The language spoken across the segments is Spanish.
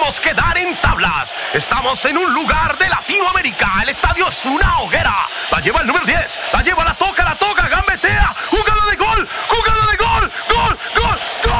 podemos quedar en tablas. Estamos en un lugar de Latinoamérica. El estadio es una hoguera. La lleva el número 10. La lleva, la toca, gambetea. Jugada de gol. Jugada de gol. Gol, gol, gol.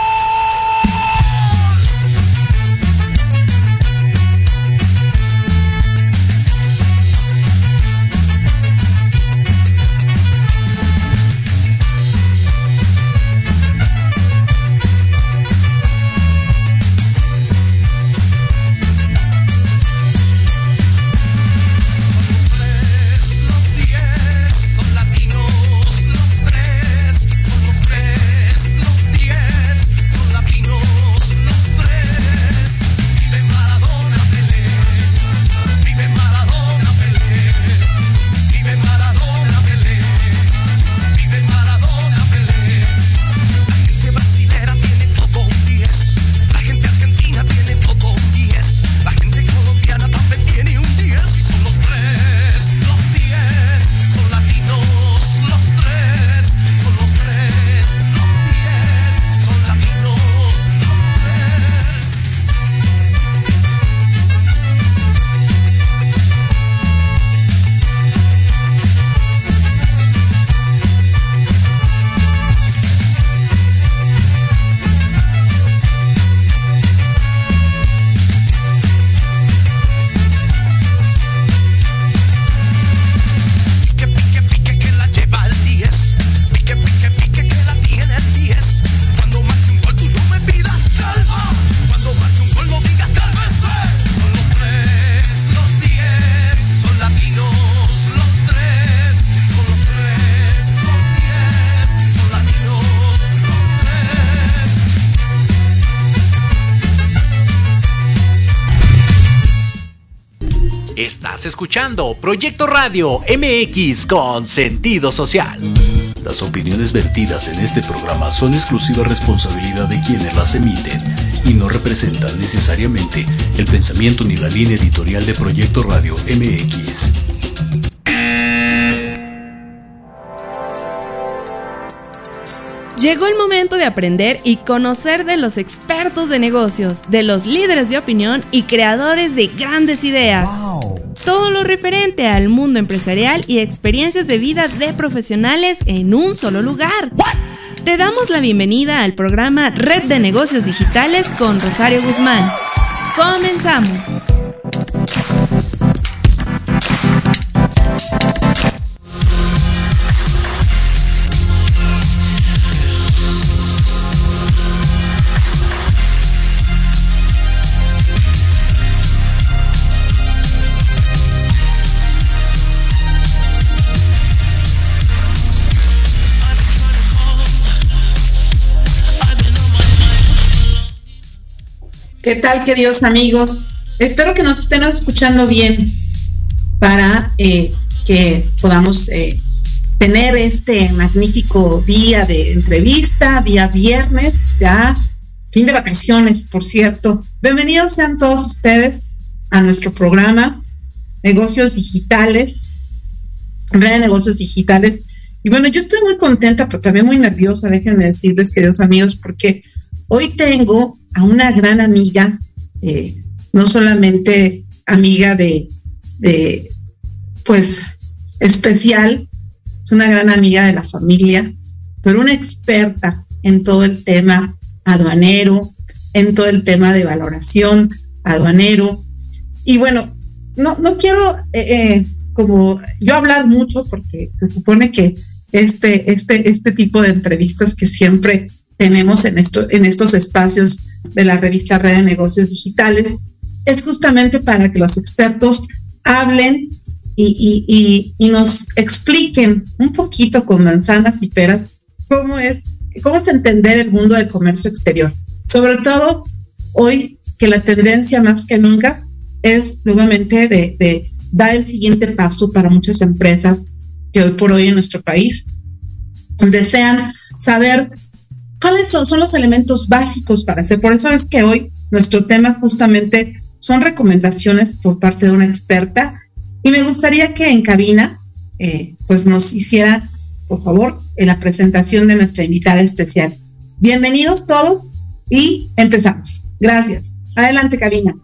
Estás escuchando Proyecto Radio MX con sentido social. Las opiniones vertidas en este programa son exclusiva responsabilidad de quienes las emiten y no representan necesariamente el pensamiento ni la línea editorial de Proyecto Radio MX. Llegó el momento de aprender y conocer de los expertos de negocios, de los líderes de opinión y creadores de grandes ideas. Wow. Todo lo referente al mundo empresarial y experiencias de vida de profesionales en un solo lugar. What? Te damos la bienvenida al programa Red de Negocios Digitales con Rosario Guzmán. Comenzamos. ¿Qué tal, queridos amigos? Espero que nos estén escuchando bien para que podamos tener este magnífico día de entrevista, día viernes, ya fin de vacaciones, por cierto. Bienvenidos sean todos ustedes a nuestro programa Negocios Digitales, Red de Negocios Digitales. Y bueno, yo estoy muy contenta, pero también muy nerviosa, déjenme decirles, queridos amigos, porque hoy tengo a una gran amiga, no solamente amiga de pues especial, es una gran amiga de la familia, pero una experta en todo el tema aduanero, en todo el tema de valoración aduanero. Y bueno, no quiero como yo hablar mucho, porque se supone que este tipo de entrevistas que siempre tenemos en estos espacios de la revista Red de Negocios Digitales es justamente para que los expertos hablen y nos expliquen un poquito con manzanas y peras cómo es entender el mundo del comercio exterior. Sobre todo hoy que la tendencia más que nunca es nuevamente de dar el siguiente paso para muchas empresas que hoy por hoy en nuestro país desean saber cuáles son los elementos básicos para hacer. Por eso es que hoy nuestro tema justamente son recomendaciones por parte de una experta, y me gustaría que en cabina pues nos hiciera, por favor, la presentación de nuestra invitada especial. Bienvenidos todos y empezamos. Gracias. Adelante, cabina.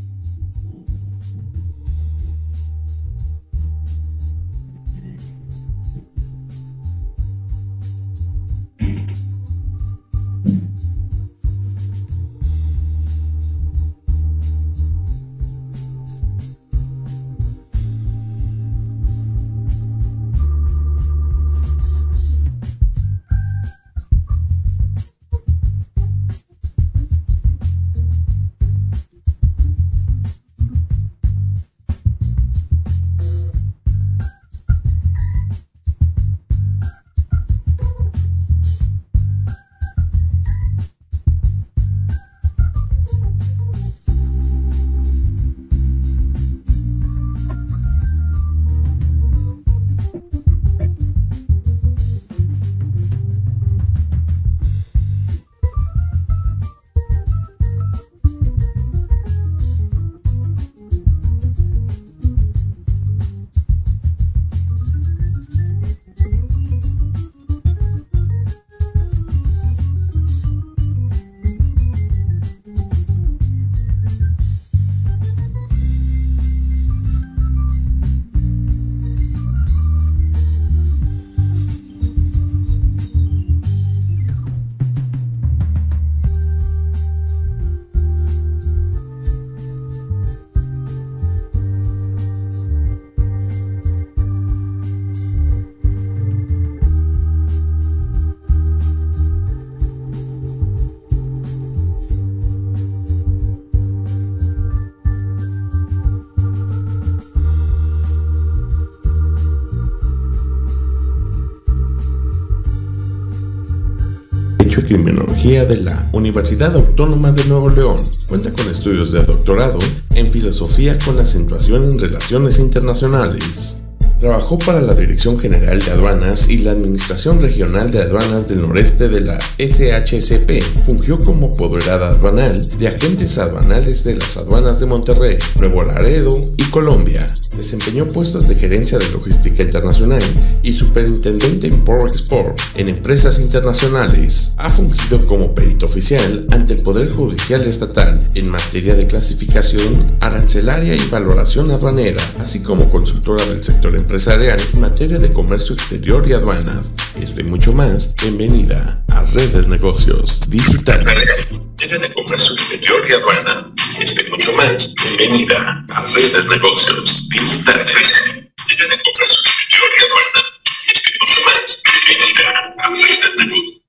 Criminología de la Universidad Autónoma de Nuevo León. Cuenta con estudios de doctorado en filosofía con acentuación en relaciones internacionales. Trabajó para la Dirección General de Aduanas y la Administración Regional de Aduanas del Noreste de la SHCP. Fungió como apoderada aduanal de agentes aduanales de las aduanas de Monterrey, Nuevo Laredo y Colombia. Desempeñó puestos de gerencia de logística internacional y superintendente Import-Export en empresas internacionales. Ha fungido como perito oficial ante el Poder Judicial Estatal en materia de clasificación arancelaria y valoración aduanera, así como consultora del sector empresarial en materia de comercio exterior y aduanas. Esto y mucho más. Bienvenida a Redes Negocios Digitales. Redes de comercio exterior y aduanas. Esto y mucho más. Bienvenida a Redes Negocios Digitales. Redes de comercio exterior y aduanas. Esto y mucho más. Bienvenida a Redes Negocios.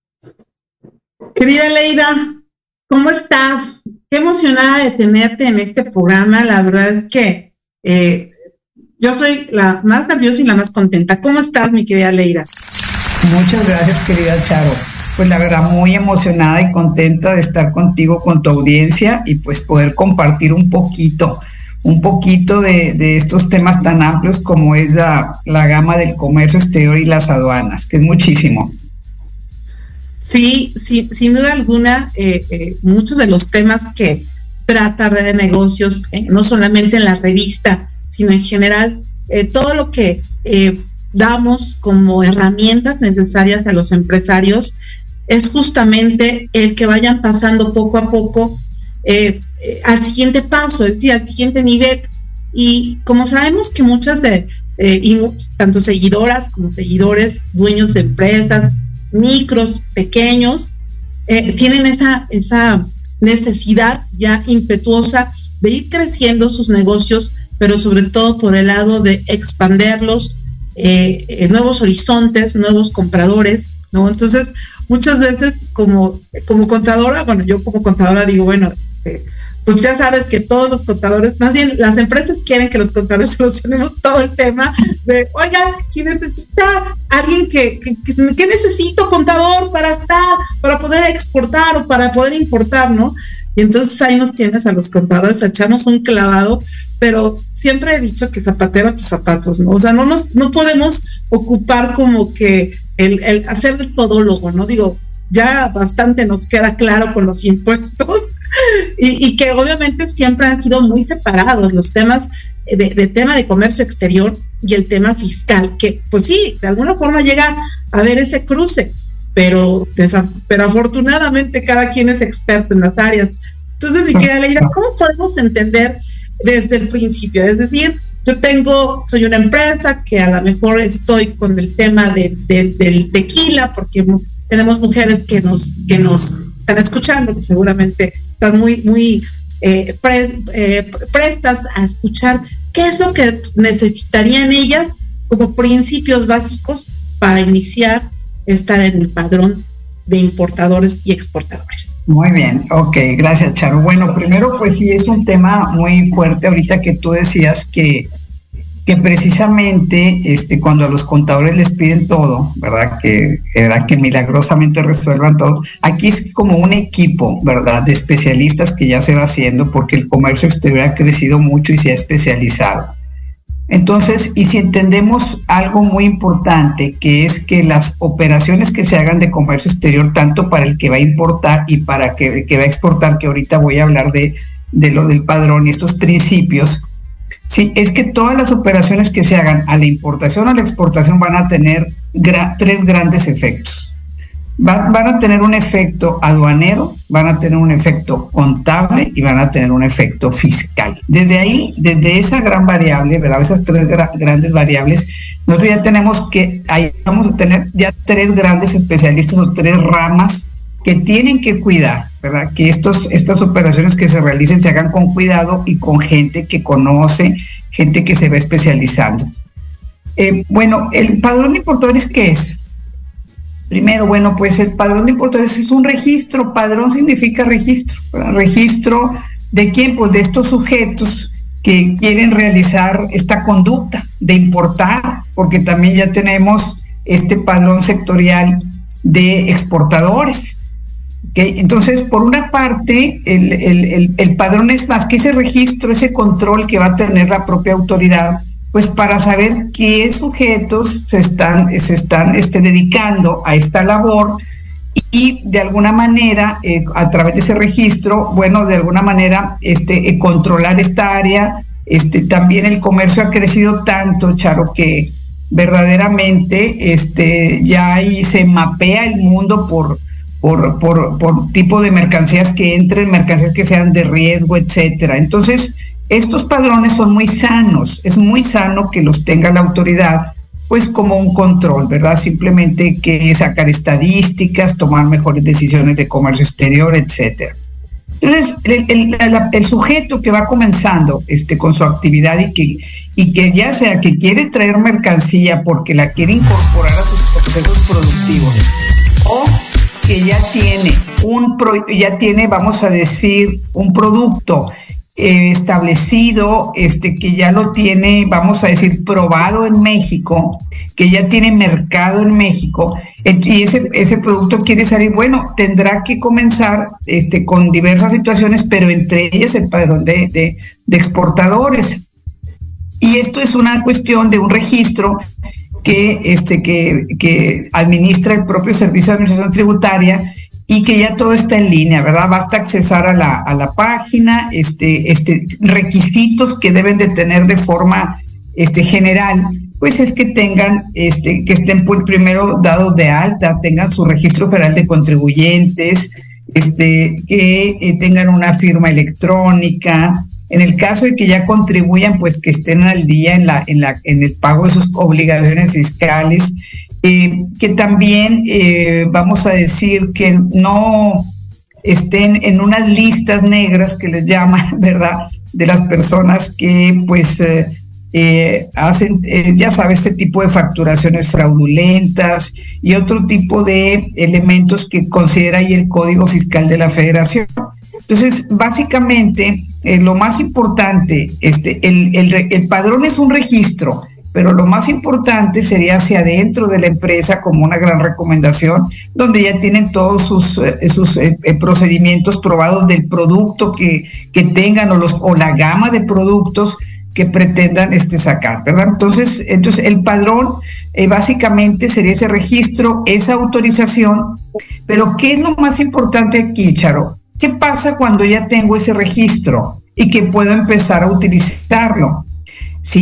Querida Leida, ¿cómo estás? Qué emocionada de tenerte en este programa. La verdad es que yo soy la más nerviosa y la más contenta. ¿Cómo estás, mi querida Leida? Muchas gracias, querida Charo. Pues la verdad, muy emocionada y contenta de estar contigo, con tu audiencia, y pues poder compartir un poquito de estos temas tan amplios como es la gama del comercio exterior y las aduanas, que es muchísimo. Sí, sin duda alguna, muchos de los temas que trata Red de Negocios, no solamente en la revista, sino en general, todo lo que damos como herramientas necesarias a los empresarios es justamente el que vayan pasando poco a poco al siguiente paso, es decir, al siguiente nivel. Y como sabemos que muchas tanto seguidoras como seguidores, dueños de empresas, micros, pequeños, tienen esa necesidad ya impetuosa de ir creciendo sus negocios, pero sobre todo por el lado de expanderlos, nuevos horizontes, nuevos compradores, ¿no? Entonces, muchas veces como contadora, bueno, yo como contadora digo, bueno, pues ya sabes que todos los contadores, más bien las empresas quieren que los contadores solucionemos todo el tema de, oiga, si necesita alguien que necesito contador para poder exportar o para poder importar, ¿no? Y entonces ahí nos tienes a los contadores a echarnos un clavado, pero siempre he dicho que zapatero a tus zapatos, ¿no? O sea, no podemos ocupar como que el hacer el todólogo, ¿no? Digo, ya bastante nos queda claro con los impuestos y que obviamente siempre han sido muy separados los temas de tema de comercio exterior y el tema fiscal, que pues sí, de alguna forma llega a haber ese cruce, pero afortunadamente cada quien es experto en las áreas. Entonces, mi querida Leira, ¿cómo podemos entender desde el principio? Es decir, soy una empresa que a lo mejor estoy con el tema del tequila, porque tenemos mujeres que nos están escuchando, que seguramente están muy prestas a escuchar qué es lo que necesitarían ellas como principios básicos para iniciar estar en el padrón de importadores y exportadores. Muy bien, ok, gracias, Charo. Bueno, primero pues sí es un tema muy fuerte ahorita que tú decías que precisamente cuando a los contadores les piden todo, ¿verdad? Que milagrosamente resuelvan todo. Aquí es como un equipo, ¿verdad? De especialistas que ya se va haciendo porque el comercio exterior ha crecido mucho y se ha especializado. Entonces, y si entendemos algo muy importante, que es que las operaciones que se hagan de comercio exterior, tanto para el que va a importar y para el que va a exportar, que ahorita voy a hablar de lo del padrón y estos principios, sí, es que todas las operaciones que se hagan a la importación o a la exportación van a tener tres grandes efectos. Van a tener un efecto aduanero, van a tener un efecto contable y van a tener un efecto fiscal. Desde esa gran variable, ¿verdad? Esas tres grandes variables, nosotros ya tenemos ahí vamos a tener ya tres grandes especialistas o tres ramas que tienen que cuidar, ¿verdad? Que estas operaciones que se realicen se hagan con cuidado y con gente que conoce, gente que se va especializando. Bueno, el padrón de importadores, ¿qué es? Primero, bueno, pues el padrón de importadores es un registro. Padrón significa registro, ¿verdad? ¿Registro de quién? Pues de estos sujetos que quieren realizar esta conducta de importar, porque también ya tenemos este padrón sectorial de exportadores. ¿Okay? Entonces, por una parte, el padrón es más que ese registro, ese control que va a tener la propia autoridad, pues para saber qué sujetos se están dedicando a esta labor y de alguna manera, a través de ese registro, bueno, de alguna manera controlar esta área. También el comercio ha crecido tanto, Charo, que verdaderamente ya ahí se mapea el mundo por tipo de mercancías que entren, mercancías que sean de riesgo, etcétera. Entonces, estos padrones son muy sanos, es muy sano que los tenga la autoridad, pues como un control, ¿verdad? Simplemente que sacar estadísticas, tomar mejores decisiones de comercio exterior, etcétera. Entonces, el sujeto que va comenzando con su actividad y que ya sea que quiere traer mercancía porque la quiere incorporar a sus procesos productivos, o que ya tiene, vamos a decir, un producto establecido, que ya lo tiene, vamos a decir, probado en México, que ya tiene mercado en México, y ese producto quiere salir, bueno, tendrá que comenzar con diversas situaciones, pero entre ellas el padrón de exportadores. Y esto es una cuestión de un registro que administra el propio Servicio de Administración Tributaria, y que ya todo está en línea, ¿verdad? Basta accesar a la página, requisitos que deben de tener de forma general, pues es que tengan, que estén primero dados de alta, tengan su registro federal de contribuyentes, que tengan una firma electrónica. En el caso de que ya contribuyan, pues que estén al día en el pago de sus obligaciones fiscales. Que también vamos a decir que no estén en unas listas negras que les llaman, ¿verdad? De las personas que pues hacen, ya sabes, este tipo de facturaciones fraudulentas y otro tipo de elementos que considera ahí el Código Fiscal de la Federación. Entonces, básicamente, lo más importante, el padrón es un registro, pero lo más importante sería hacia adentro de la empresa, como una gran recomendación, donde ya tienen todos sus procedimientos probados del producto que tengan o la gama de productos que pretendan sacar, ¿verdad? Entonces el padrón básicamente sería ese registro, esa autorización. Pero ¿qué es lo más importante aquí, Charo? ¿Qué pasa cuando ya tengo ese registro y que puedo empezar a utilizarlo? Sí,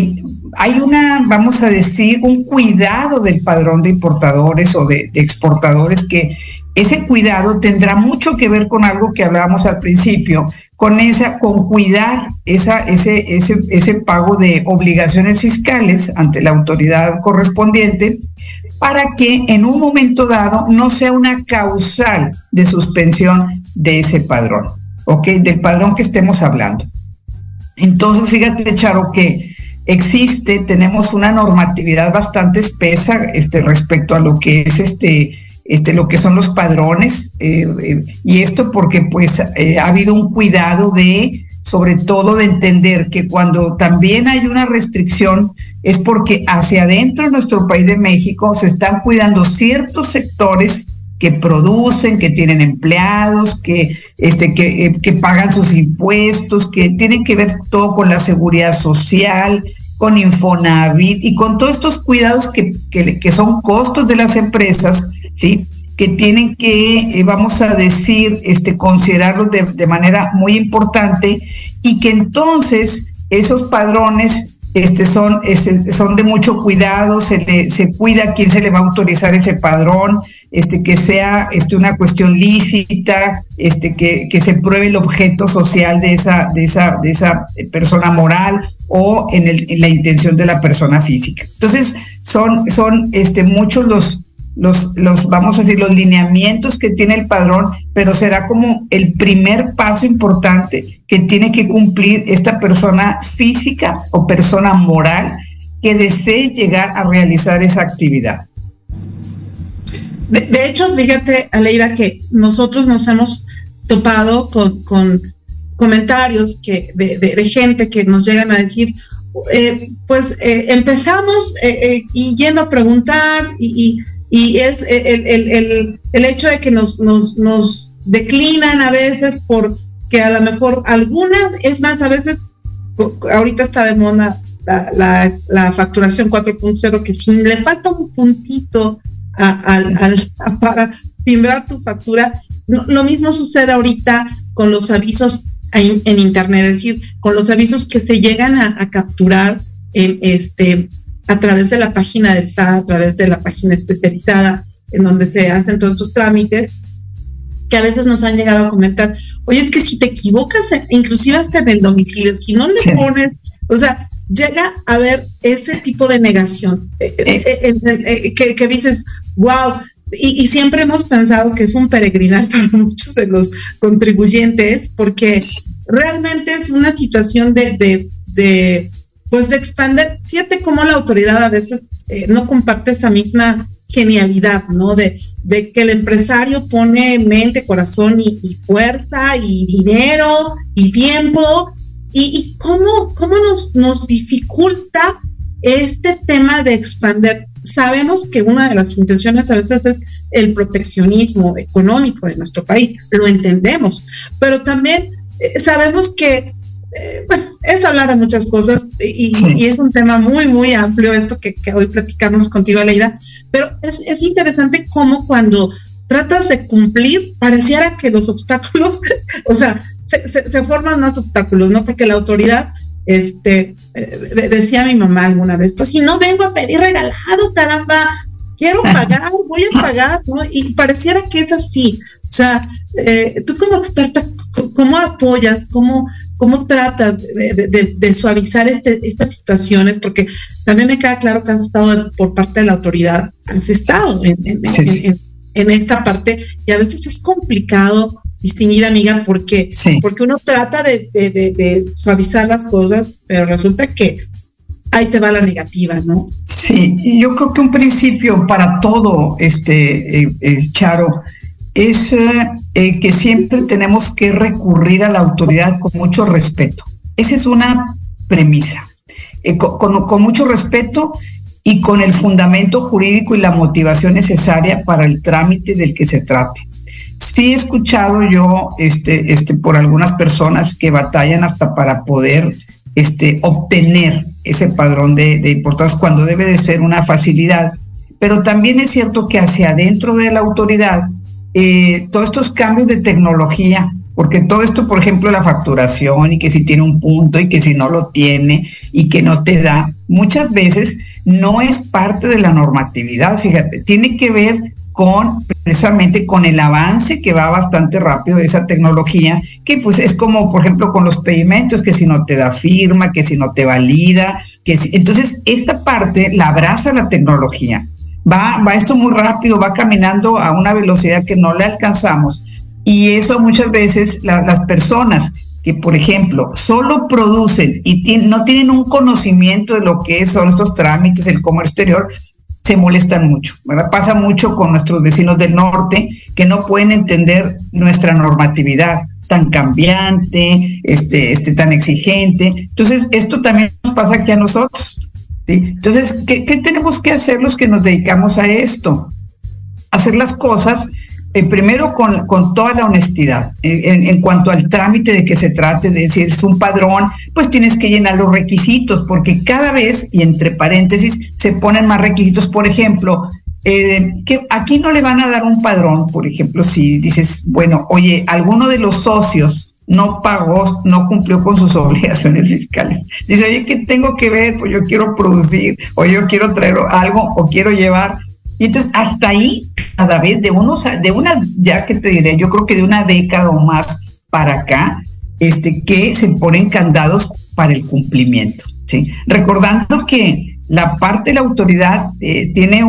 hay vamos a decir, un cuidado del padrón de importadores o de exportadores, que ese cuidado tendrá mucho que ver con algo que hablábamos al principio, con cuidar ese pago de obligaciones fiscales ante la autoridad correspondiente, para que en un momento dado no sea una causal de suspensión de ese padrón, ¿ok? Del padrón que estemos hablando. Entonces, fíjate, Charo, que tenemos una normatividad bastante espesa respecto a lo que es lo que son los padrones, y esto porque pues ha habido un cuidado sobre todo de entender que cuando también hay una restricción es porque hacia adentro de nuestro país de México se están cuidando ciertos sectores que producen, que tienen empleados, que pagan sus impuestos, que tienen que ver todo con la seguridad social, con Infonavit y con todos estos cuidados que son costos de las empresas, ¿sí? Que tienen que, vamos a decir, considerarlos de manera muy importante, y que entonces esos padrones son de mucho cuidado, se cuida a quién se le va a autorizar ese padrón, que sea una cuestión lícita, que se pruebe el objeto social de esa persona moral o en la intención de la persona física. Entonces son muchos los vamos a decir, los lineamientos que tiene el padrón, pero será como el primer paso importante que tiene que cumplir esta persona física o persona moral que desee llegar a realizar esa actividad. De hecho, fíjate, Aleida, que nosotros nos hemos topado con comentarios de gente que nos llegan a decir, empezamos y yendo a preguntar y es el hecho de que nos declinan a veces porque a lo mejor algunas, es más, a veces ahorita está de moda la facturación 4.0, que si le falta un puntito para timbrar tu factura, lo mismo sucede ahorita con los avisos en internet, es decir, con los avisos que se llegan a capturar a través de la página del SAT, a través de la página especializada en donde se hacen todos estos trámites, que a veces nos han llegado a comentar, oye, es que si te equivocas, inclusive hasta en el domicilio, si no le pones, o sea, llega a haber ese tipo de negación, que dices, wow, y siempre hemos pensado que es un peregrinar para muchos de los contribuyentes, porque realmente es una situación de expandir. Fíjate cómo la autoridad a veces no comparte esa misma genialidad, ¿no? De que el empresario pone mente, corazón y fuerza y dinero y tiempo, y cómo nos dificulta este tema de expandir. Sabemos que una de las intenciones a veces es el proteccionismo económico de nuestro país, lo entendemos, pero también sabemos que es hablar de muchas cosas y es un tema muy, muy amplio esto que hoy platicamos contigo, Aleida, pero es interesante cómo cuando tratas de cumplir, pareciera que los obstáculos, o sea, se forman más obstáculos, ¿no? Porque la autoridad, decía mi mamá alguna vez, pues si no vengo a pedir regalado, caramba, quiero pagar, voy a pagar, ¿no? Y pareciera que es así. O sea, tú como experta, ¿cómo apoyas, cómo tratas de suavizar estas situaciones? Porque también me queda claro que has estado por parte de la autoridad, has estado en esta parte, y a veces es complicado, distinguida amiga, porque uno trata de suavizar las cosas, pero resulta que ahí te va la negativa, ¿no? Sí, yo creo que un principio para todo, Charo, es que siempre tenemos que recurrir a la autoridad con mucho respeto. Esa es una premisa, con mucho respeto y con el fundamento jurídico y la motivación necesaria para el trámite del que se trate. Sí he escuchado yo por algunas personas que batallan hasta para poder obtener ese padrón de importados, cuando debe de ser una facilidad, pero también es cierto que hacia adentro de la autoridad todos estos cambios de tecnología porque todo esto, por ejemplo, la facturación y que si tiene un punto y que si no lo tiene y que no te da, muchas veces no es parte de la normatividad, fíjate, tiene que ver precisamente con el avance que va bastante rápido de esa tecnología, que pues es como, por ejemplo, con los pedimentos, que si no te da firma, que si no te valida, entonces esta parte la abraza la tecnología. Va esto muy rápido, va caminando a una velocidad que no le alcanzamos, y eso muchas veces las personas que, por ejemplo, solo producen y no tienen un conocimiento de lo que son estos trámites, el comercio exterior, se molestan mucho, ¿verdad? Pasa mucho con nuestros vecinos del norte que no pueden entender nuestra normatividad tan cambiante, tan exigente. Entonces, esto también nos pasa aquí a nosotros, ¿sí? Entonces, ¿qué tenemos que hacer los que nos dedicamos a esto? Hacer las cosas primero con toda la honestidad, en cuanto al trámite de que se trate, de si es un padrón, pues tienes que llenar los requisitos, porque cada vez, y entre paréntesis, se ponen más requisitos. Por ejemplo, que aquí no le van a dar un padrón, por ejemplo, si dices, bueno, oye, alguno de los socios no pagó, no cumplió con sus obligaciones fiscales. Dice, oye, ¿qué tengo que ver? Pues yo quiero producir, o yo quiero traer algo, o quiero llevar. Y entonces hasta ahí, cada vez de una, ya que te diré, yo creo que de una década o más para acá, que se ponen candados para el cumplimiento, ¿sí? Recordando que la parte de la autoridad tiene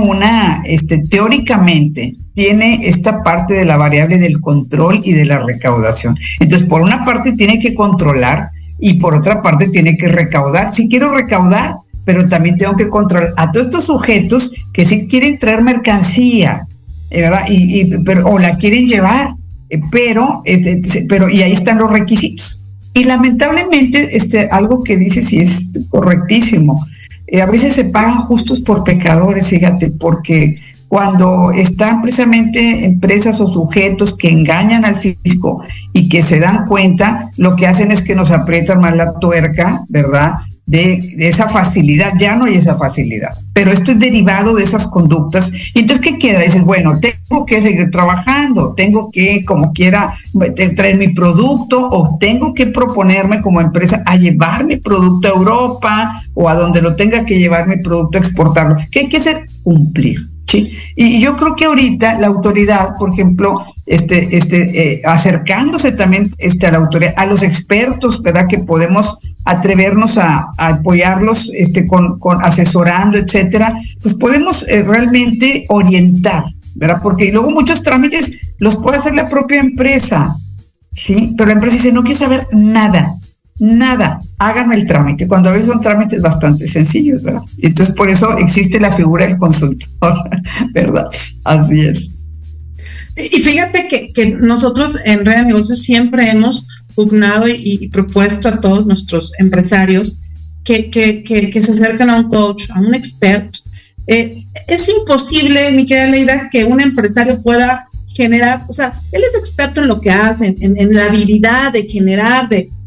teóricamente, tiene esta parte de la variable del control y de la recaudación. Entonces, por una parte tiene que controlar y por otra parte tiene que recaudar. Si quiero recaudar, pero también tengo que controlar a todos estos sujetos que sí quieren traer mercancía, ¿verdad? O la quieren llevar, pero y ahí están los requisitos. Y lamentablemente, algo que dice sí es correctísimo. A veces se pagan justos por pecadores, fíjate, porque cuando están precisamente empresas o sujetos que engañan al fisco y que se dan cuenta, lo que hacen es que nos aprietan más la tuerca, ¿verdad?, de esa facilidad. Ya no hay esa facilidad, pero esto es derivado de esas conductas. Y entonces, ¿qué queda? Dices, bueno, tengo que seguir trabajando, tengo que, como quiera, traer mi producto, o tengo que proponerme como empresa a llevar mi producto a Europa o a donde lo tenga que llevar mi producto, a exportarlo. ¿Qué hay que hacer? Cumplir. Sí, y yo creo que ahorita la autoridad, por ejemplo, acercándose también a la autoridad, a los expertos, ¿verdad?, que podemos atrevernos a apoyarlos con asesorando, etcétera, pues podemos realmente orientar, ¿verdad? Porque luego muchos trámites los puede hacer la propia empresa, ¿sí? Pero la empresa dice, no quiero saber nada, háganme el trámite, cuando a veces son trámites bastante sencillos, ¿verdad? Y entonces por eso existe la figura del consultor, ¿verdad? Así es. Y fíjate que nosotros en Red de Negocios siempre hemos pugnado y propuesto a todos nuestros empresarios que se acerquen a un coach, a un experto. Es imposible, mi querida Leida, que un empresario pueda generar, o sea, él es experto en lo que hace, en la habilidad de generar,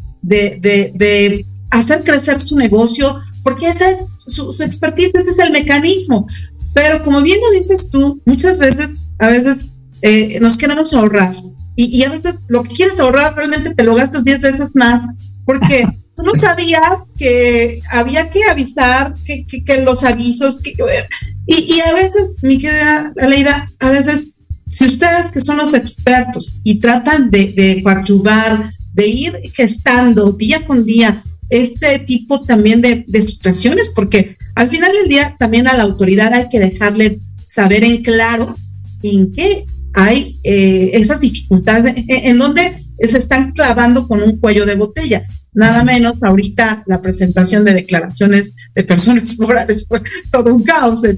de hacer crecer su negocio, porque esa es su expertise, ese es el mecanismo. Pero como bien lo dices tú, muchas veces, a veces nos queremos ahorrar, y a veces lo que quieres ahorrar realmente te lo gastas 10 veces más, porque tú no sabías que había que avisar, que los avisos, y a veces, mi querida Leida, a veces, si ustedes que son los expertos y tratan de coadyuvar, de ir gestando día con día este tipo también de situaciones, porque al final del día también a la autoridad hay que dejarle saber en claro en qué hay esas dificultades, en donde se están clavando con un cuello de botella. Nada menos ahorita la presentación de declaraciones de personas morales fue todo un caos en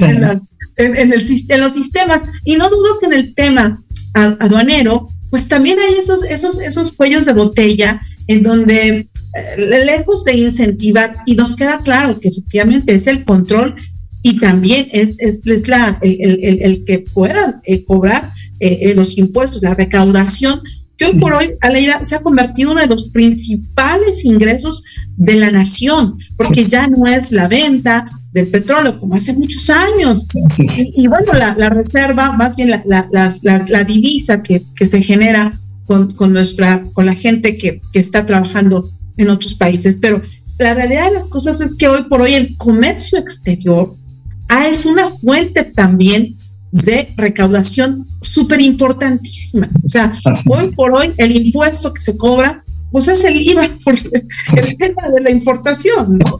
los sistemas, y no dudo que en el tema aduanero pues también hay esos cuellos de botella en donde lejos de incentivar, y nos queda claro que efectivamente es el control y también es el que puedan cobrar los impuestos, la recaudación, que hoy por hoy, Aleida, se ha convertido en uno de los principales ingresos de la nación, porque ya no es la venta del petróleo como hace muchos años. Y bueno, la reserva, más bien la divisa que se genera con la gente que está trabajando en otros países. Pero la realidad de las cosas es que hoy por hoy el comercio exterior es una fuente también de recaudación súper importantísima. O sea, hoy por hoy el impuesto que se cobra, pues es el IVA por el tema de la importación, ¿no?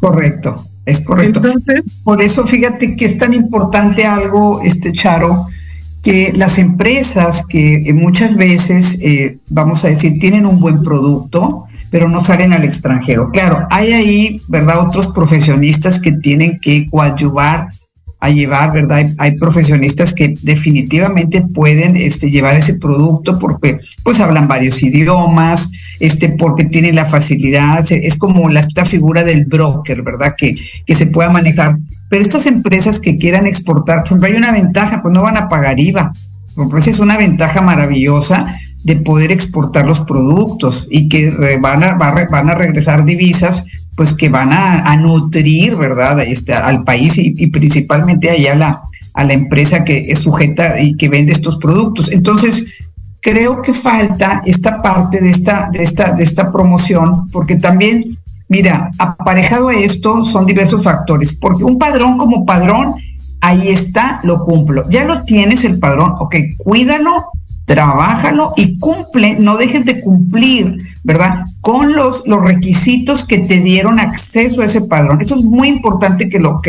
Es correcto. Entonces, por eso fíjate que es tan importante algo, Charo, que las empresas que muchas veces, vamos a decir, tienen un buen producto, pero no salen al extranjero. Claro, hay ahí, ¿verdad?, otros profesionistas que tienen que coadyuvar a llevar, ¿verdad? Hay profesionistas que definitivamente pueden llevar ese producto porque pues hablan varios idiomas, porque tienen la facilidad, es como esta figura del broker, ¿verdad? Que se pueda manejar. Pero estas empresas que quieran exportar, pues hay una ventaja, pues no van a pagar IVA. Pues es una ventaja maravillosa de poder exportar los productos y que van a regresar divisas, pues que van a nutrir, ¿verdad?, al país y principalmente allá a la empresa que es sujeta y que vende estos productos. Entonces, creo que falta esta parte de esta promoción, porque también, mira, aparejado a esto son diversos factores, porque un padrón como padrón, ahí está, lo cumplo. Ya lo tienes el padrón, ok, cuídalo, trabájalo y cumple, no dejes de cumplir, ¿verdad?, con los requisitos que te dieron acceso a ese padrón. Eso es muy importante que lo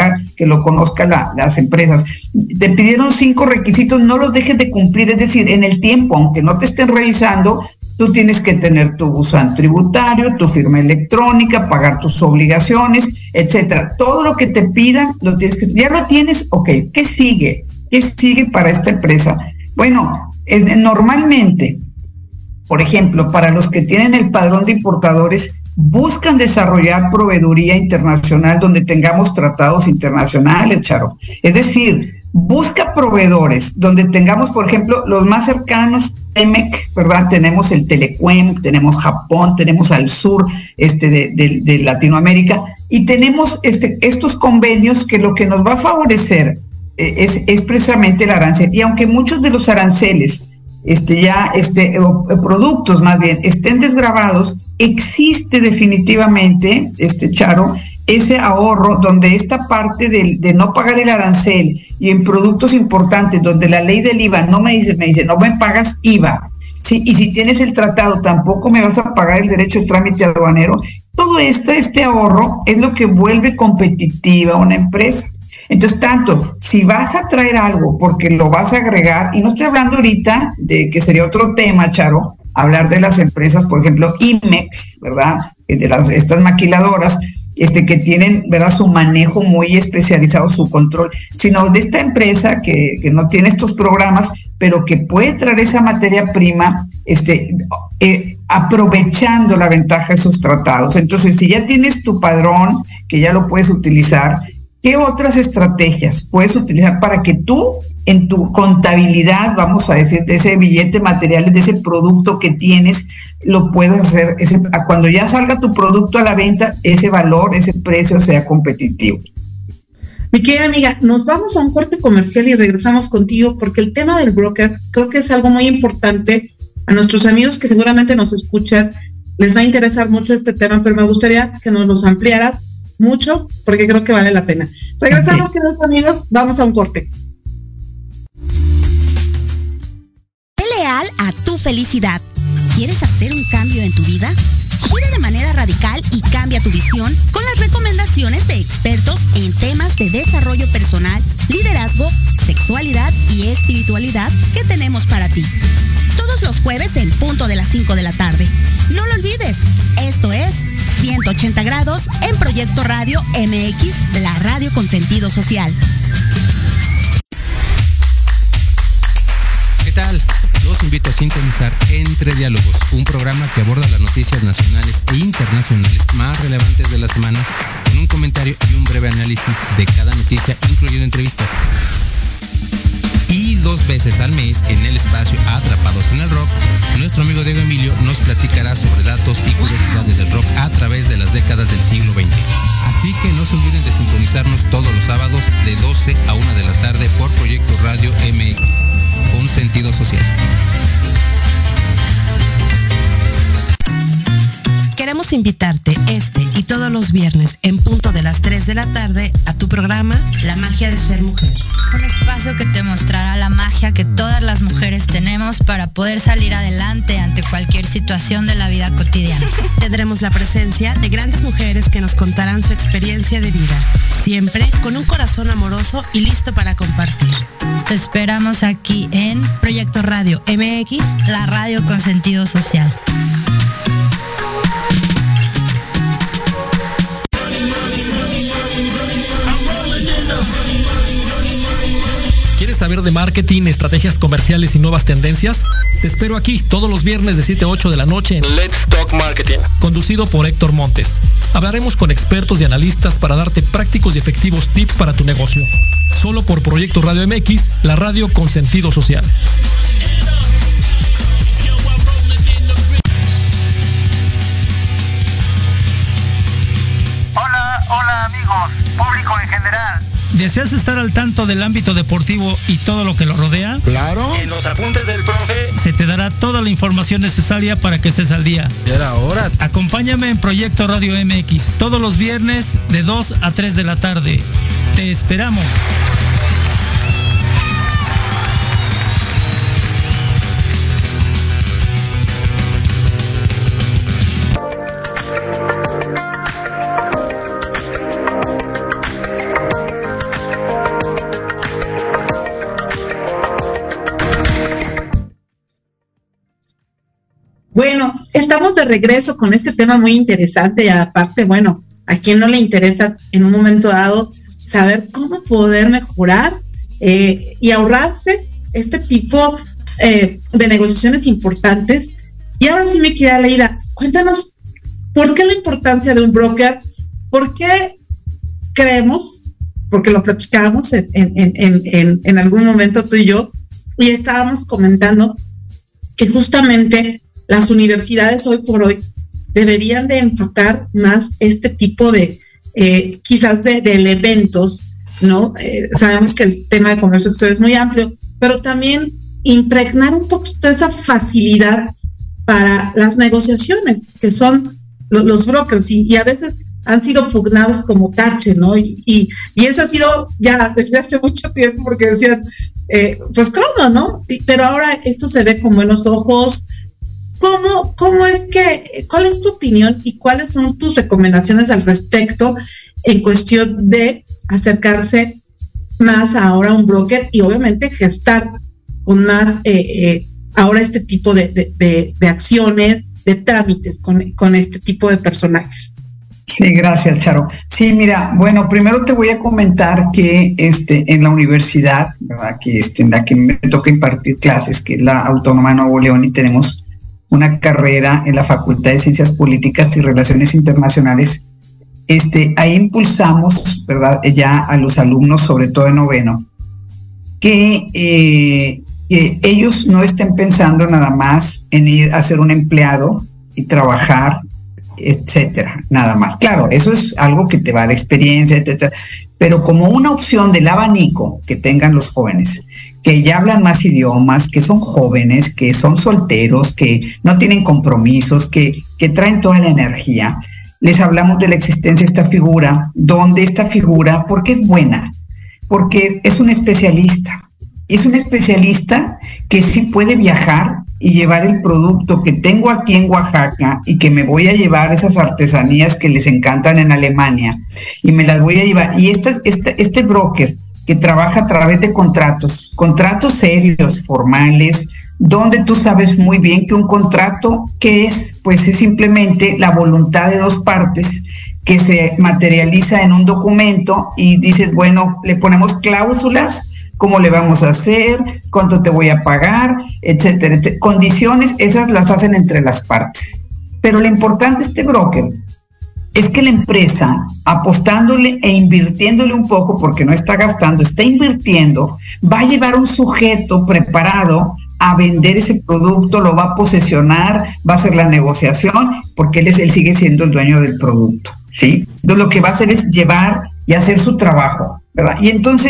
conozcan las empresas. Te pidieron 5 requisitos, no los dejes de cumplir, es decir, en el tiempo, aunque no te estén revisando, tú tienes que tener tu buzón tributario, tu firma electrónica, pagar tus obligaciones, etcétera. Todo lo que te pidan, lo tienes que, ya lo tienes, ok, ¿qué sigue? ¿Qué sigue para esta empresa? Bueno, normalmente, por ejemplo, para los que tienen el padrón de importadores, buscan desarrollar proveeduría internacional donde tengamos tratados internacionales, Charo. Es decir, busca proveedores donde tengamos, por ejemplo, los más cercanos, TEMEC, ¿verdad? Tenemos el Telecuem, tenemos Japón, tenemos al sur de Latinoamérica y tenemos estos convenios que lo que nos va a favorecer es precisamente el arancel. Y aunque muchos de los aranceles productos más bien estén desgravados, existe definitivamente, Charo, ese ahorro donde esta parte de no pagar el arancel y en productos importantes donde la ley del IVA no me dice, no me pagas IVA, ¿sí? Y si tienes el tratado tampoco me vas a pagar el derecho de trámite aduanero. Todo este ahorro es lo que vuelve competitiva a una empresa. Entonces, tanto, si vas a traer algo porque lo vas a agregar, y no estoy hablando ahorita de que sería otro tema, Charo, hablar de las empresas, por ejemplo, IMEX, ¿verdad?, de estas maquiladoras, que tienen, ¿verdad?, su manejo muy especializado, su control, sino de esta empresa que no tiene estos programas, pero que puede traer esa materia prima, aprovechando la ventaja de sus tratados. Entonces, si ya tienes tu padrón, que ya lo puedes utilizar, ¿qué otras estrategias puedes utilizar para que tú, en tu contabilidad, vamos a decir, de ese billete material, de ese producto que tienes, lo puedas hacer, cuando ya salga tu producto a la venta, ese valor, ese precio sea competitivo? Mi querida amiga, nos vamos a un corte comercial y regresamos contigo, porque el tema del broker creo que es algo muy importante. A nuestros amigos que seguramente nos escuchan les va a interesar mucho este tema, pero me gustaría que nos los ampliaras mucho, porque creo que vale la pena. Regresamos, queridos amigos, vamos a un corte. Sé leal a tu felicidad. ¿Quieres hacer un cambio en tu vida? Gira de manera radical y cambia tu visión con las recomendaciones de expertos en temas de desarrollo personal, liderazgo, sexualidad y espiritualidad que tenemos para ti. Todos los jueves en punto de las 5 de la tarde. No lo olvides, esto es 180 grados en Proyecto Radio MX, la radio con sentido social. ¿Qué tal? Los invito a sintonizar Entre Diálogos, un programa que aborda las noticias nacionales e internacionales más relevantes de la semana, con un comentario y un breve análisis de cada noticia, incluyendo entrevistas. Y 2 veces al mes, en el espacio Atrapados en el Rock, nuestro amigo Diego Emilio nos platicará sobre datos y curiosidades del rock a través de las décadas del siglo XX. Así que no se olviden de sintonizarnos todos los sábados de 12 a 1 de la tarde por Proyecto Radio MX, con sentido social. Queremos invitarte este y todos los viernes en punto de las 3 de la tarde a tu programa La Magia de Ser Mujer. Un espacio que te mostrará la magia que todas las mujeres tenemos para poder salir adelante ante cualquier situación de la vida cotidiana. Tendremos la presencia de grandes mujeres que nos contarán su experiencia de vida, siempre con un corazón amoroso y listo para compartir. Te esperamos aquí en Proyecto Radio MX, la radio con sentido social. ¿Quieres saber de marketing, estrategias comerciales y nuevas tendencias? Te espero aquí todos los viernes de 7 a 8 de la noche en Let's Talk Marketing, conducido por Héctor Montes. Hablaremos con expertos y analistas para darte prácticos y efectivos tips para tu negocio. Solo por Proyecto Radio MX, la radio con sentido social. Hola amigos, público en general. ¿Deseas estar al tanto del ámbito deportivo y todo lo que lo rodea? Claro. En los apuntes del profe se te dará toda la información necesaria para que estés al día. Ya era hora. Acompáñame en Proyecto Radio MX todos los viernes de 2 a 3 de la tarde. Te esperamos. Bueno, estamos de regreso con este tema muy interesante y aparte, bueno, a quien no le interesa en un momento dado saber cómo poder mejorar y ahorrarse este tipo de negociaciones importantes. Y ahora sí, mi querida Leida, cuéntanos, ¿por qué la importancia de un broker? ¿Por qué creemos? Porque lo platicábamos en algún momento tú y yo, y estábamos comentando que justamente las universidades hoy por hoy deberían de enfocar más este tipo de, quizás de elementos, ¿no? Sabemos que el tema de comercio exterior es muy amplio, pero también impregnar un poquito esa facilidad para las negociaciones, que son los brokers, y a veces han sido pugnados como tache, ¿no? Y eso ha sido ya desde hace mucho tiempo, porque decían, pues cómo, ¿no? Pero ahora esto se ve con buenos ojos. ¿Cómo es que, cuál es tu opinión y cuáles son tus recomendaciones al respecto en cuestión de acercarse más ahora a un broker y obviamente gestar con más ahora este tipo de acciones, de trámites con este tipo de personajes? Sí, gracias, Charo. Sí, mira, bueno, primero te voy a comentar que en la universidad, ¿verdad? Que en la que me toca impartir clases, que es la Autónoma de Nuevo León, y tenemos una carrera en la Facultad de Ciencias Políticas y Relaciones Internacionales. Ahí impulsamos, ¿verdad?, ya a los alumnos, sobre todo de noveno, que ellos no estén pensando nada más en ir a ser un empleado y trabajar, etcétera, nada más. Claro, eso es algo que te va a dar experiencia, etcétera, pero como una opción del abanico que tengan los jóvenes, que ya hablan más idiomas, que son jóvenes, que son solteros, que no tienen compromisos, que traen toda la energía, les hablamos de la existencia de esta figura, donde esta figura, ¿por qué es buena? Porque es un especialista que sí puede viajar y llevar el producto que tengo aquí en Oaxaca y que me voy a llevar esas artesanías que les encantan en Alemania y me las voy a llevar. Y este broker que trabaja a través de contratos serios, formales, donde tú sabes muy bien que un contrato, ¿qué es? Pues es simplemente la voluntad de dos partes que se materializa en un documento y dices, bueno, le ponemos cláusulas, cómo le vamos a hacer, cuánto te voy a pagar, etcétera, etcétera. Condiciones, esas las hacen entre las partes. Pero lo importante de este broker es que la empresa, apostándole e invirtiéndole un poco, porque no está gastando, está invirtiendo, va a llevar un sujeto preparado a vender ese producto, lo va a posesionar, va a hacer la negociación, porque él sigue siendo el dueño del producto, ¿sí? Entonces lo que va a hacer es llevar y hacer su trabajo, ¿verdad? Y entonces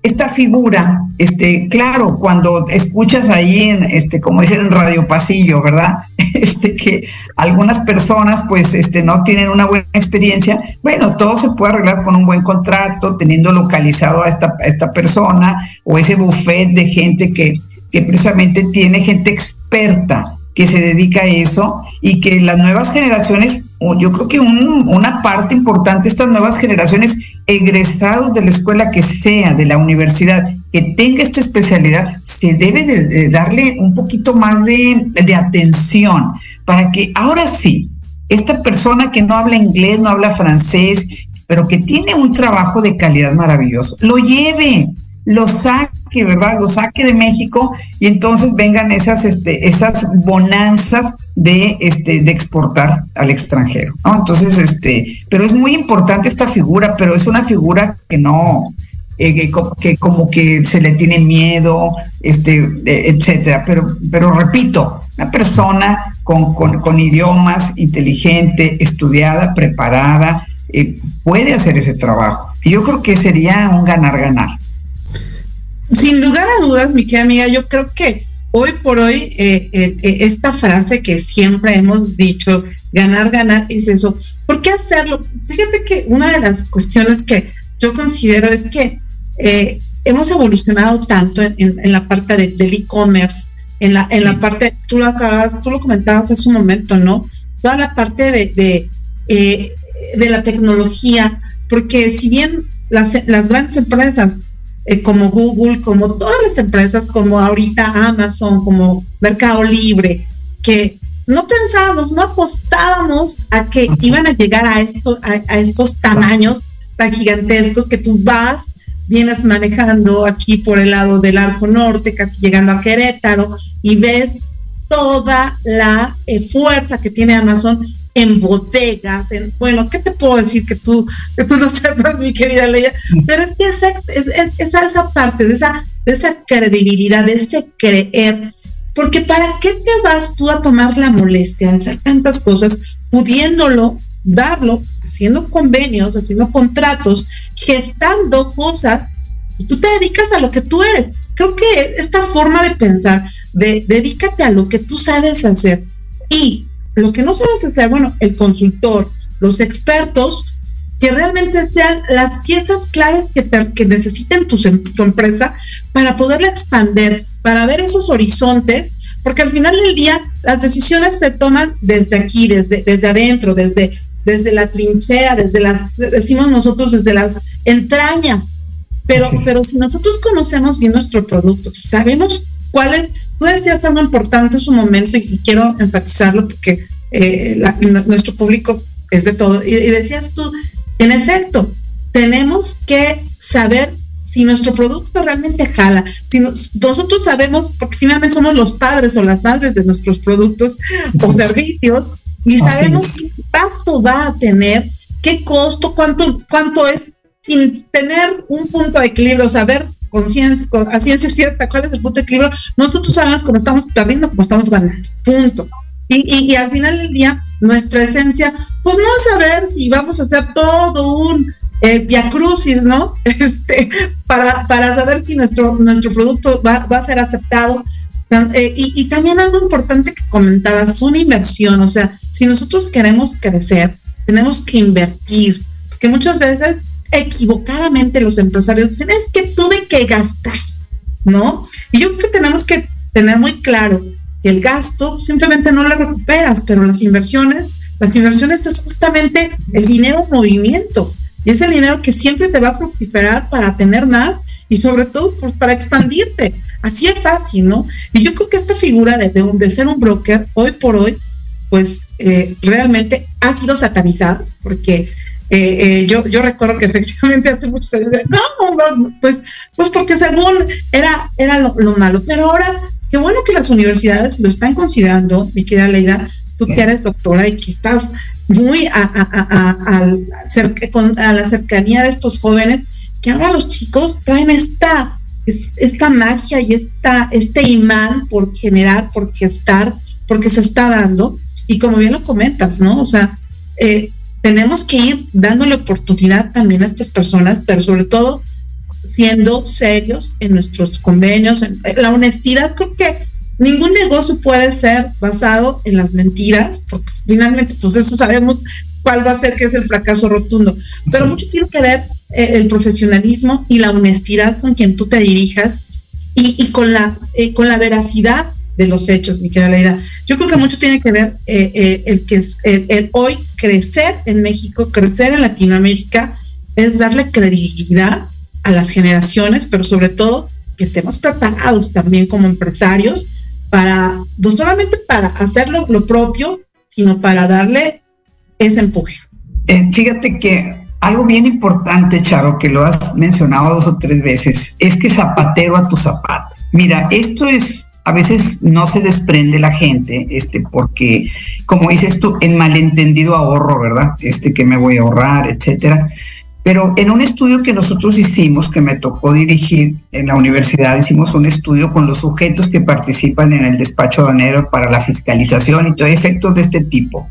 esta figura, claro, cuando escuchas ahí como dicen en Radio Pasillo, ¿verdad? Que algunas personas pues no tienen una buena experiencia, bueno, todo se puede arreglar con un buen contrato, teniendo localizado a esta persona, o ese buffet de gente que precisamente tiene gente experta que se dedica a eso, y que las nuevas generaciones, yo creo que una parte importante de estas nuevas generaciones, egresados de la escuela que sea, de la universidad, que tenga esta especialidad, se debe de darle un poquito más de atención, para que ahora sí, esta persona que no habla inglés, no habla francés, pero que tiene un trabajo de calidad maravilloso, lo lleve, lo saque, ¿verdad? Lo saque de México, y entonces vengan esas bonanzas de exportar al extranjero, ¿no? Entonces, pero es muy importante esta figura, pero es una figura que no, que como que se le tiene miedo, etcétera. Pero repito, una persona con idiomas, inteligente, estudiada, preparada, puede hacer ese trabajo. Y yo creo que sería un ganar-ganar. Sin lugar a dudas, mi querida amiga, yo creo que hoy por hoy esta frase que siempre hemos dicho, ganar, ganar, es eso. ¿Por qué hacerlo? Fíjate que una de las cuestiones que yo considero es que hemos evolucionado tanto en la parte del e-commerce, en la parte, tú lo comentabas hace un momento, ¿no? Toda la parte de la tecnología, porque si bien las grandes empresas como Google, como todas las empresas, como ahorita Amazon, como Mercado Libre, que no pensábamos, no apostábamos a que iban a llegar a estos tamaños tan gigantescos, que tú vienes manejando aquí por el lado del Arco Norte, casi llegando a Querétaro, y ves toda la fuerza que tiene Amazon en bodegas, bueno, ¿qué te puedo decir que tú no sepas, mi querida Leia? Pero es que esa parte de esa credibilidad, de ese creer, porque ¿para qué te vas tú a tomar la molestia de hacer tantas cosas, pudiéndolo, darlo, haciendo convenios, haciendo contratos, gestando cosas, y tú te dedicas a lo que tú eres? Creo que esta forma de pensar, dedícate a lo que tú sabes hacer, y lo que no sabes hacer, bueno, el consultor, los expertos, que realmente sean las piezas claves que necesiten tu empresa para poderla expandir, para ver esos horizontes, porque al final del día las decisiones se toman desde aquí, desde adentro, desde la trinchera, decimos nosotros, desde las entrañas, pero si nosotros conocemos bien nuestro producto, si sabemos cuál es. Tú decías algo importante en su momento y quiero enfatizarlo porque nuestro público es de todo. Y decías tú, en efecto, tenemos que saber si nuestro producto realmente jala, si nosotros sabemos, porque finalmente somos los padres o las madres de nuestros productos o servicios, y sabemos qué impacto va a tener, qué costo, cuánto es, sin tener un punto de equilibrio, saber a ciencia cierta cuál es el punto de equilibrio. Nosotros sabemos cómo estamos perdiendo, cómo estamos ganando, punto. Y al final del día, nuestra esencia, pues no es saber si vamos a hacer todo un viacrucis, ¿no? Para saber si nuestro producto va a ser aceptado. Y también algo importante que comentabas, una inversión. O sea, si nosotros queremos crecer, tenemos que invertir, porque muchas veces equivocadamente los empresarios dicen, es que tuve que gastar, ¿no? Y yo creo que tenemos que tener muy claro que el gasto simplemente no lo recuperas, pero las inversiones es justamente el dinero en movimiento, y es el dinero que siempre te va a fructificar para tener más, y sobre todo pues, para expandirte. Así es fácil, ¿no? Y yo creo que esta figura de ser un broker, hoy por hoy, pues realmente ha sido satanizada, porque yo recuerdo que efectivamente hace muchos años, pues porque según era lo malo, pero ahora, qué bueno que las universidades lo están considerando, mi querida Leida, tú que eres doctora y que estás muy a la cercanía de estos jóvenes, que ahora los chicos traen esta magia y este imán por generar, por gestar, porque se está dando, y como bien lo comentas, ¿no? O sea, tenemos que ir dándole oportunidad también a estas personas, pero sobre todo siendo serios en nuestros convenios, en la honestidad. Creo que ningún negocio puede ser basado en las mentiras, porque finalmente pues eso sabemos cuál va a ser, que es el fracaso rotundo, pero mucho tiene que ver el profesionalismo y la honestidad con quien tú te dirijas y con la veracidad de los hechos, mi querida Aleida. Yo creo que mucho tiene que ver el hoy crecer en México, crecer en Latinoamérica, es darle credibilidad a las generaciones, pero sobre todo que estemos preparados también como empresarios para, no solamente para hacer lo propio, sino para darle ese empuje. Fíjate que algo bien importante, Charo, que lo has mencionado 2 o 3 veces, es que zapatero a tu zapato. Mira, esto es, a veces no se desprende la gente, porque, como dices tú, el malentendido ahorro, ¿verdad? Que me voy a ahorrar, etcétera. Pero en un estudio que nosotros hicimos, que me tocó dirigir en la universidad, hicimos un estudio con los sujetos que participan en el despacho aduanero para la fiscalización y todo, efectos de este tipo.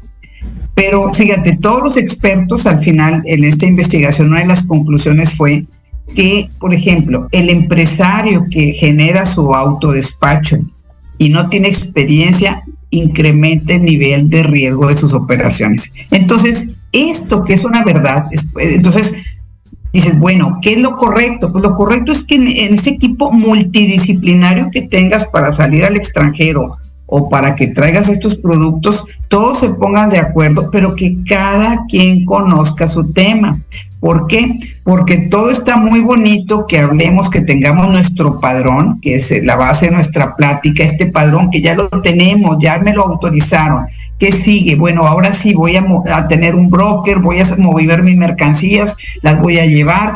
Pero fíjate, todos los expertos al final en esta investigación, una de las conclusiones fue que, por ejemplo, el empresario que genera su autodespacho y no tiene experiencia, incrementa el nivel de riesgo de sus operaciones. Entonces, esto que es una verdad, entonces dices, bueno, ¿qué es lo correcto? Pues lo correcto es que en ese equipo multidisciplinario que tengas para salir al extranjero o para que traigas estos productos, todos se pongan de acuerdo, pero que cada quien conozca su tema. ¿Por qué? Porque todo está muy bonito que hablemos, que tengamos nuestro padrón, que es la base de nuestra plática, este padrón que ya lo tenemos, ya me lo autorizaron. ¿Qué sigue? Bueno, ahora sí voy a tener un broker, voy a mover mis mercancías, las voy a llevar,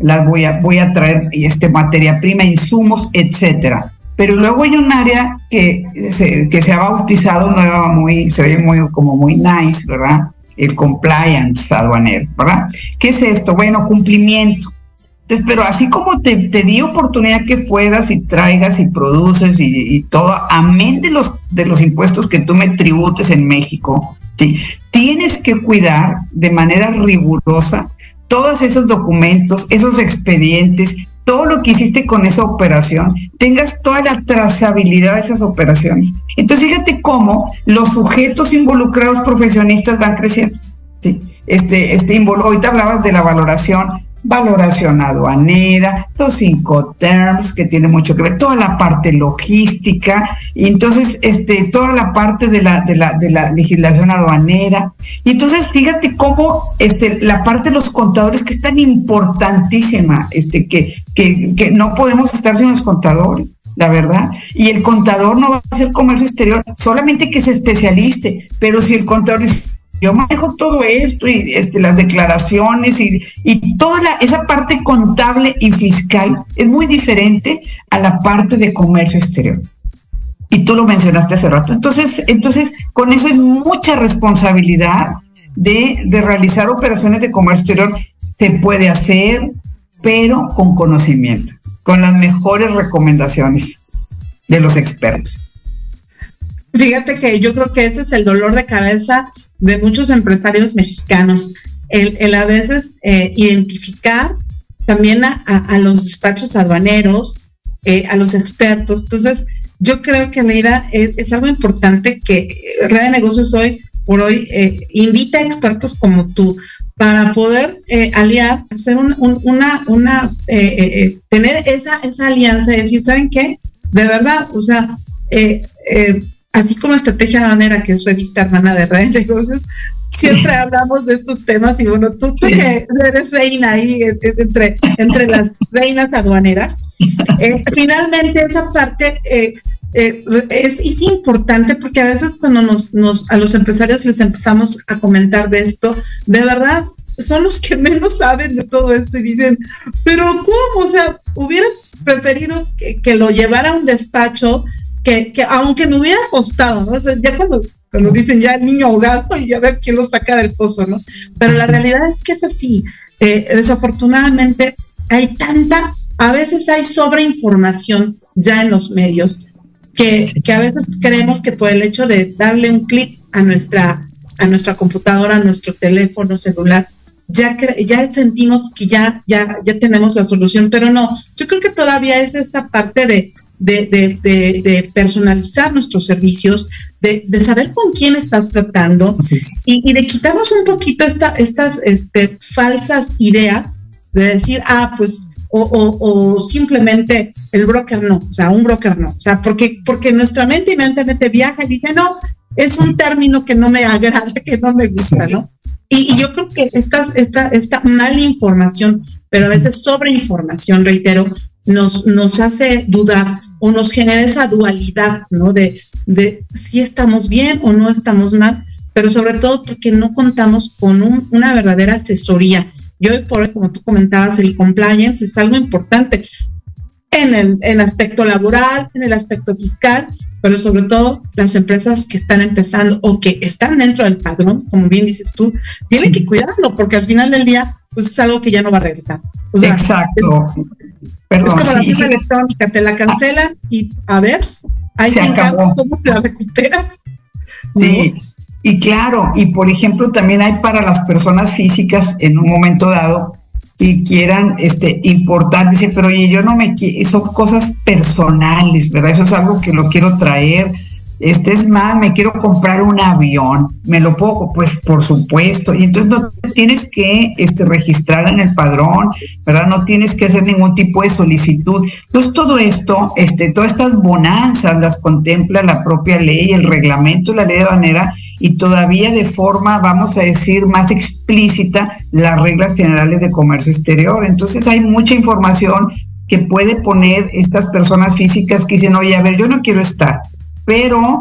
voy a traer materia prima, insumos, etcétera. Pero luego hay un área que se ha bautizado se oye muy nice, ¿verdad? El compliance aduanero, ¿verdad? ¿Qué es esto? Bueno, cumplimiento. Entonces, pero así como te di oportunidad que fueras y traigas y produces y todo, amén de los impuestos que tú me tributes en México, ¿sí? Tienes que cuidar de manera rigurosa todos esos documentos, esos expedientes, todo lo que hiciste con esa operación, tengas toda la trazabilidad de esas operaciones. Entonces, fíjate cómo los sujetos involucrados profesionistas van creciendo. ¿Sí? Ahorita hablabas de la valoración aduanera, los 5 terms, que tiene mucho que ver, toda la parte logística, y entonces toda la parte de la legislación aduanera. Y entonces fíjate cómo la parte de los contadores, que es tan importantísima, que no podemos estar sin los contadores, la verdad. Y el contador no va a hacer comercio exterior, solamente que se especialice, pero si el contador dice, yo manejo todo esto y las declaraciones y toda esa parte contable y fiscal es muy diferente a la parte de comercio exterior. Y tú lo mencionaste hace rato. Entonces con eso es mucha responsabilidad de realizar operaciones de comercio exterior. Se puede hacer, pero con conocimiento, con las mejores recomendaciones de los expertos. Fíjate que yo creo que ese es el dolor de cabeza de muchos empresarios mexicanos, el a veces identificar también a los despachos aduaneros, a los expertos. Entonces, yo creo que la idea es algo importante que Red de Negocios hoy por hoy invita a expertos como tú para poder aliar, hacer tener esa alianza y decir, ¿saben qué? De verdad, o sea, así como Estrategia Aduanera, que es revista hermana de Red de Negocios, siempre hablamos de estos temas, y bueno, tú que eres reina ahí entre las reinas aduaneras, finalmente esa parte es importante, porque a veces cuando a los empresarios les empezamos a comentar de esto, de verdad son los que menos saben de todo esto y dicen, pero ¿cómo? O sea, hubiera preferido que lo llevara a un despacho que aunque me hubiera costado, ¿no? O sea, ya cuando dicen ya el niño ahogado y a ver quién lo saca del pozo, ¿no? Pero la realidad es que es así. Desafortunadamente a veces hay sobreinformación ya en los medios que a veces creemos que por el hecho de darle un clic a nuestra computadora, a nuestro teléfono celular, ya sentimos que ya tenemos la solución, pero no, yo creo que todavía es esta parte de personalizar nuestros servicios, de saber con quién estás tratando, y de quitarnos un poquito estas falsas ideas de decir, pues, o simplemente el broker no, o sea, un broker no, o sea, porque nuestra mente inmediatamente viaja y dice, no, es un término que no me agrada, que no me gusta, ¿no? Y yo creo que esta mala información, pero a veces sobreinformación, reitero, nos hace dudar o nos genera esa dualidad, ¿no? De si estamos bien o no estamos mal, pero sobre todo porque no contamos con una verdadera asesoría. Y hoy por hoy, como tú comentabas, el compliance es algo importante en el aspecto laboral, en el aspecto fiscal, pero sobre todo las empresas que están empezando o que están dentro del padrón, como bien dices tú, tienen que cuidarlo, porque al final del día, pues es algo que ya no va a regresar. O sea, exacto. Es como la firma electrónica, te la cancelan y a ver, ahí te encargo cómo te la recuperas. Sí, ¿no? Y claro, y por ejemplo también hay para las personas físicas en un momento dado y quieran importar, dice, pero oye, yo no me quiero, son cosas personales, ¿verdad? Eso es algo que lo quiero traer, es más, me quiero comprar un avión, ¿me lo puedo? Pues por supuesto, y entonces no tienes que registrar en el padrón, ¿verdad? No tienes que hacer ningún tipo de solicitud. Entonces todo esto, todas estas bonanzas las contempla la propia ley, el reglamento, la ley aduanera, y todavía de forma, vamos a decir, más explícita, las reglas generales de comercio exterior. Entonces hay mucha información que puede poner estas personas físicas que dicen, oye, a ver, yo no quiero estar, pero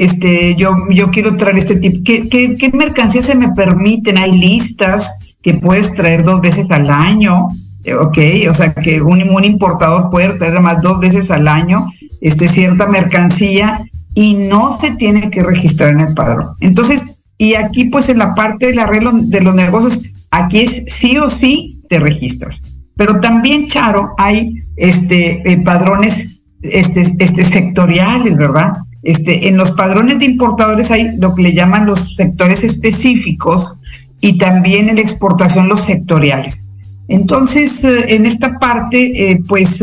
yo quiero traer este tipo. ¿Qué mercancías se me permiten? Hay listas que puedes traer 2 veces al año, ¿ok? O sea, que un importador puede traer además 2 veces al año cierta mercancía y no se tiene que registrar en el padrón. Entonces, y aquí pues en la parte del arreglo de los negocios, aquí es sí o sí te registras. Pero también, Charo, hay padrones sectoriales, ¿verdad? En los padrones de importadores hay lo que le llaman los sectores específicos y también en la exportación los sectoriales. Entonces, en esta parte,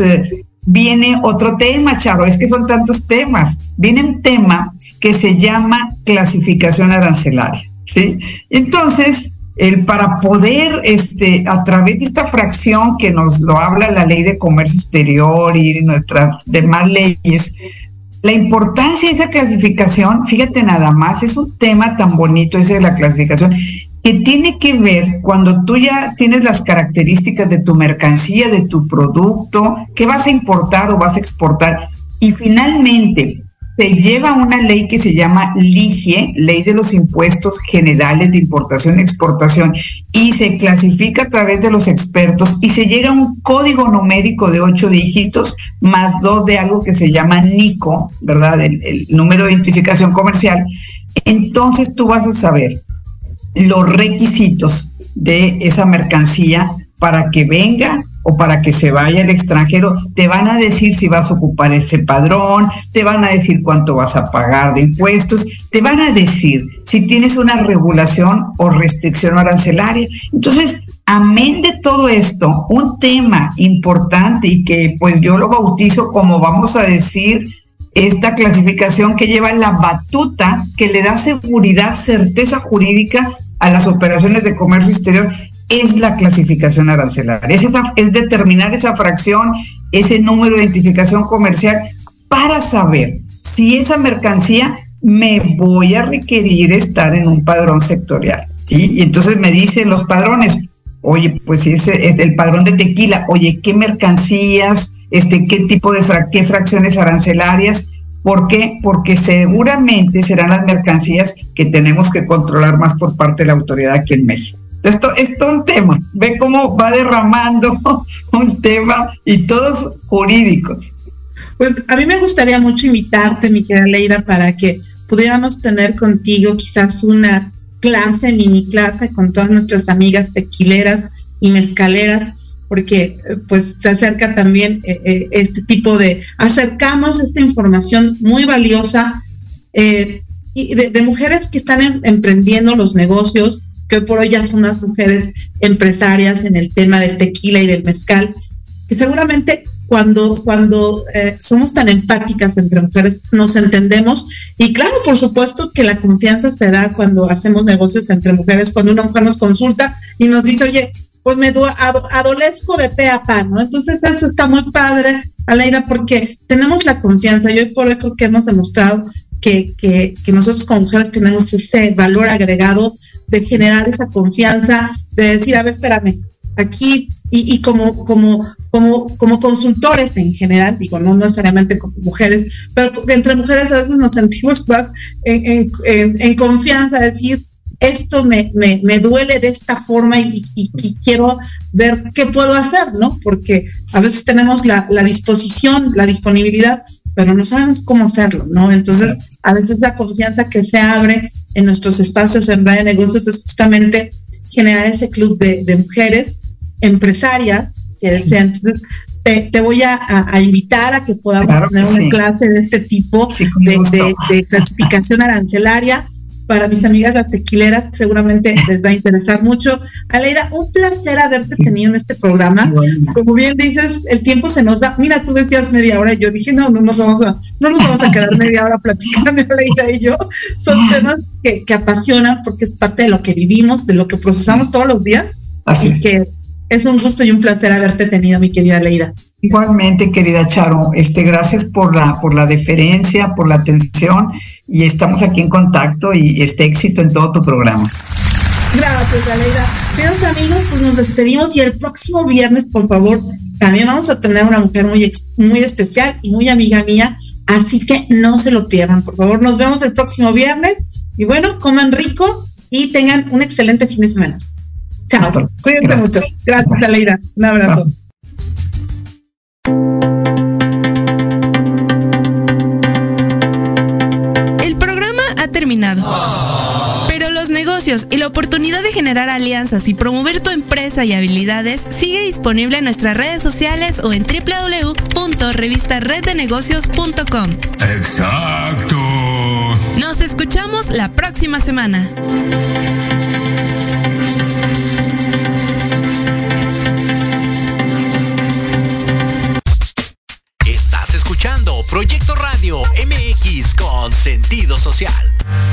viene otro tema, Charo, es que son tantos temas. Viene un tema que se llama clasificación arancelaria, ¿sí? Entonces, para poder, a través de esta fracción que nos lo habla la Ley de Comercio Exterior y nuestras demás leyes, la importancia de esa clasificación, fíjate nada más, es un tema tan bonito ese de la clasificación, que tiene que ver cuando tú ya tienes las características de tu mercancía, de tu producto, qué vas a importar o vas a exportar, y finalmente se lleva una ley que se llama LIGE, Ley de los Impuestos Generales de Importación y Exportación, y se clasifica a través de los expertos y se llega a un código numérico de 8 dígitos más 2 de algo que se llama NICO, ¿verdad? El número de identificación comercial. Entonces tú vas a saber los requisitos de esa mercancía para que venga o para que se vaya al extranjero. Te van a decir si vas a ocupar ese padrón, te van a decir cuánto vas a pagar de impuestos, te van a decir si tienes una regulación o restricción arancelaria. Entonces, amén de todo esto, un tema importante y que pues yo lo bautizo como, vamos a decir, esta clasificación que lleva la batuta, que le da seguridad, certeza jurídica a las operaciones de comercio exterior, es la clasificación arancelaria. Es determinar esa fracción, ese número de identificación comercial para saber si esa mercancía me voy a requerir estar en un padrón sectorial, ¿sí? Y entonces me dicen los padrones, oye, pues si es el padrón de tequila, oye, ¿qué mercancías, qué tipo de qué fracciones arancelarias? ¿Por qué? Porque seguramente serán las mercancías que tenemos que controlar más por parte de la autoridad aquí en México. Esto es todo un tema. Ve cómo va derramando un tema y todos jurídicos. Pues a mí me gustaría mucho invitarte, mi querida Leida, para que pudiéramos tener contigo quizás una clase, mini clase con todas nuestras amigas tequileras y mezcaleras, porque pues se acerca también este tipo de, acercamos esta información muy valiosa y de mujeres que están emprendiendo los negocios, que hoy por hoy ya son unas mujeres empresarias en el tema del tequila y del mezcal, que seguramente cuando somos tan empáticas entre mujeres nos entendemos. Y claro, por supuesto que la confianza se da cuando hacemos negocios entre mujeres, cuando una mujer nos consulta y nos dice, oye, pues me adolezco de pe a pa, ¿no? Entonces eso está muy padre, Aleida, porque tenemos la confianza. Y hoy por hoy creo que hemos demostrado que nosotros como mujeres tenemos ese valor agregado de generar esa confianza, de decir, a ver, espérame, aquí, y como consultores en general, digo, no necesariamente como mujeres, pero entre mujeres a veces nos sentimos más en confianza, decir, esto me duele de esta forma y quiero ver qué puedo hacer, ¿no? Porque a veces tenemos la disposición, la disponibilidad, pero no sabemos cómo hacerlo, ¿no? Entonces, a veces la confianza que se abre en nuestros espacios en Radio Negocios es justamente generar ese club de mujeres empresarias que desean. Entonces, te voy a invitar a que podamos tener una clase de este tipo de clasificación arancelaria para mis amigas las tequileras, seguramente les va a interesar mucho. Aleida, un placer haberte tenido en este programa. Como bien dices, el tiempo se nos va. Mira, tú decías media hora y yo dije, no nos vamos a quedar media hora platicando, Aleida y yo. Son temas que apasionan porque es parte de lo que vivimos, de lo que procesamos todos los días. Así que es un gusto y un placer haberte tenido, mi querida Aleida. Igualmente, querida Charo, gracias por la deferencia, por la atención, y estamos aquí en contacto y éxito en todo tu programa. Gracias, Aleida. Queridos amigos, pues nos despedimos y el próximo viernes, por favor, también vamos a tener una mujer muy especial y muy amiga mía, así que no se lo pierdan, por favor. Nos vemos el próximo viernes y bueno, coman rico y tengan un excelente fin de semana. Chao, cuídense mucho. Gracias, Aleida. Un abrazo. El programa ha terminado. Pero los negocios y la oportunidad de generar alianzas y promover tu empresa y habilidades sigue disponible en nuestras redes sociales o en www.revistareddenegocios.com. ¡Exacto! Nos escuchamos la próxima semana. Estás escuchando Proyecto Radio MX con sentido social.